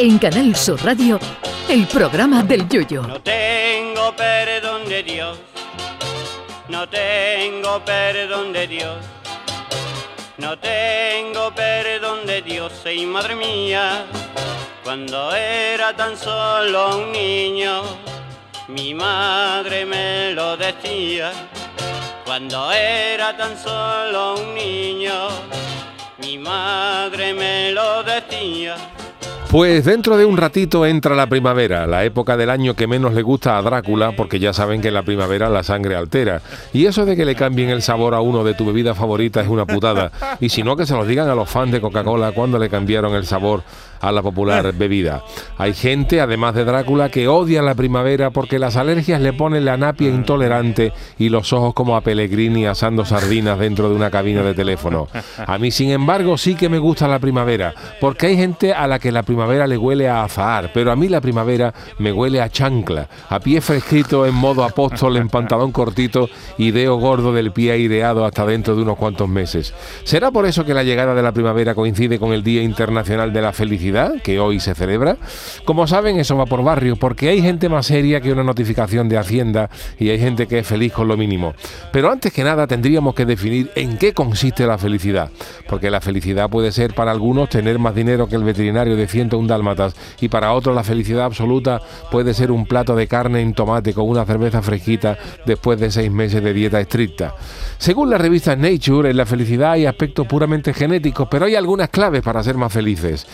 En Canal Sur Radio, el programa del Yoyo. No tengo perdón de Dios, no tengo perdón de Dios, no tengo perdón de Dios, y madre mía, cuando era tan solo un niño, mi madre me lo decía. Cuando era tan solo un niño, mi madre me lo decía. Pues dentro de un ratito entra la primavera, la época del año que menos le gusta a Drácula, porque ya saben que en la primavera la sangre altera. Y eso de que le cambien el sabor a uno de tu bebida favorita es una putada. Y si no, que se lo digan a los fans de Coca-Cola cuando le cambiaron el sabor a la popular bebida. Hay gente, además de Drácula, que odia la primavera porque las alergias le ponen la napia intolerante y los ojos como a Pellegrini asando sardinas dentro de una cabina de teléfono. A mí, sin embargo, sí que me gusta la primavera, porque hay gente a la que la primavera le huele a azahar, pero a mí la primavera me huele a chancla, a pie fresquito en modo apóstol, en pantalón cortito y dedo gordo del pie aireado hasta dentro de unos cuantos meses. ¿Será por eso que la llegada de la primavera coincide con el Día Internacional de la Felicidad, que hoy se celebra? Como saben, eso va por barrios, porque hay gente más seria que una notificación de Hacienda y hay gente que es feliz con lo mínimo. Pero antes que nada tendríamos que definir en qué consiste la felicidad, porque la felicidad puede ser para algunos tener más dinero que el veterinario de 101 dálmatas, y para otros la felicidad absoluta puede ser un plato de carne en tomate con una cerveza fresquita después de 6 meses de dieta estricta. Según la revista Nature, en la felicidad hay aspectos puramente genéticos, pero hay algunas claves para ser más felices.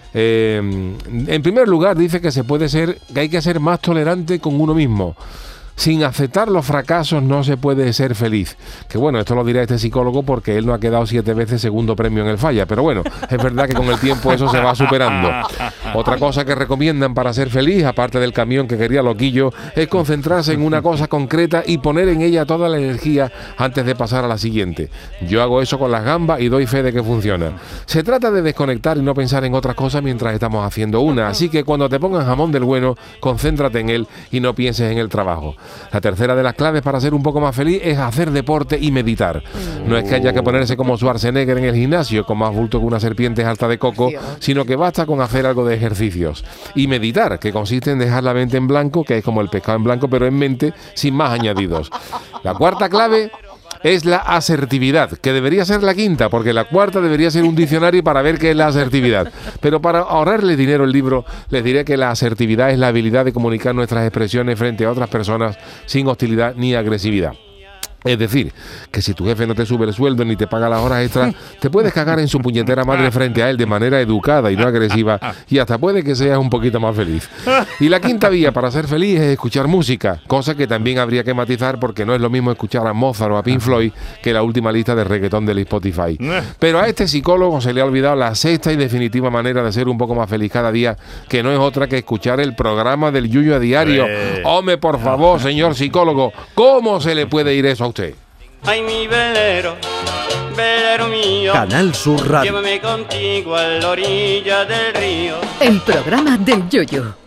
En primer lugar, dice que hay que ser más tolerante con uno mismo. Sin aceptar los fracasos no se puede ser feliz. Que bueno, esto lo dirá este psicólogo porque él no ha quedado 7 veces segundo premio en el Falla. Pero bueno, es verdad que con el tiempo eso se va superando. Otra cosa que recomiendan para ser feliz, aparte del camión que quería Loquillo, es concentrarse en una cosa concreta y poner en ella toda la energía antes de pasar a la siguiente. Yo hago eso con las gambas y doy fe de que funciona. Se trata de desconectar y no pensar en otras cosas mientras estamos haciendo una. Así que cuando te pongan jamón del bueno, concéntrate en él y no pienses en el trabajo. La tercera de las claves para ser un poco más feliz es hacer deporte y meditar. No es que haya que ponerse como Schwarzenegger en el gimnasio, con más bulto que una serpiente alta de coco, sino que basta con hacer algo de ejercicios. Y meditar, que consiste en dejar la mente en blanco, que es como el pescado en blanco, pero en mente, sin más añadidos. La cuarta clave es la asertividad, que debería ser la quinta, porque la cuarta debería ser un diccionario para ver qué es la asertividad. Pero para ahorrarle dinero al libro, les diré que la asertividad es la habilidad de comunicar nuestras expresiones frente a otras personas sin hostilidad ni agresividad. Es decir, que si tu jefe no te sube el sueldo ni te paga las horas extras, te puedes cagar en su puñetera madre frente a él de manera educada y no agresiva, y hasta puede que seas un poquito más feliz. Y la quinta vía para ser feliz es escuchar música, cosa que también habría que matizar porque no es lo mismo escuchar a Mozart o a Pink Floyd que la última lista de reggaetón del Spotify. Pero a este psicólogo se le ha olvidado la sexta y definitiva manera de ser un poco más feliz cada día, que no es otra que escuchar el programa del Yuyo a diario. Hombre, por favor, señor psicólogo, ¿cómo se le puede ir eso a usted? Ay, mi velero, velero mío, Canal Sur Radio. llévame contigo a la orilla del río. El programa del Yoyo.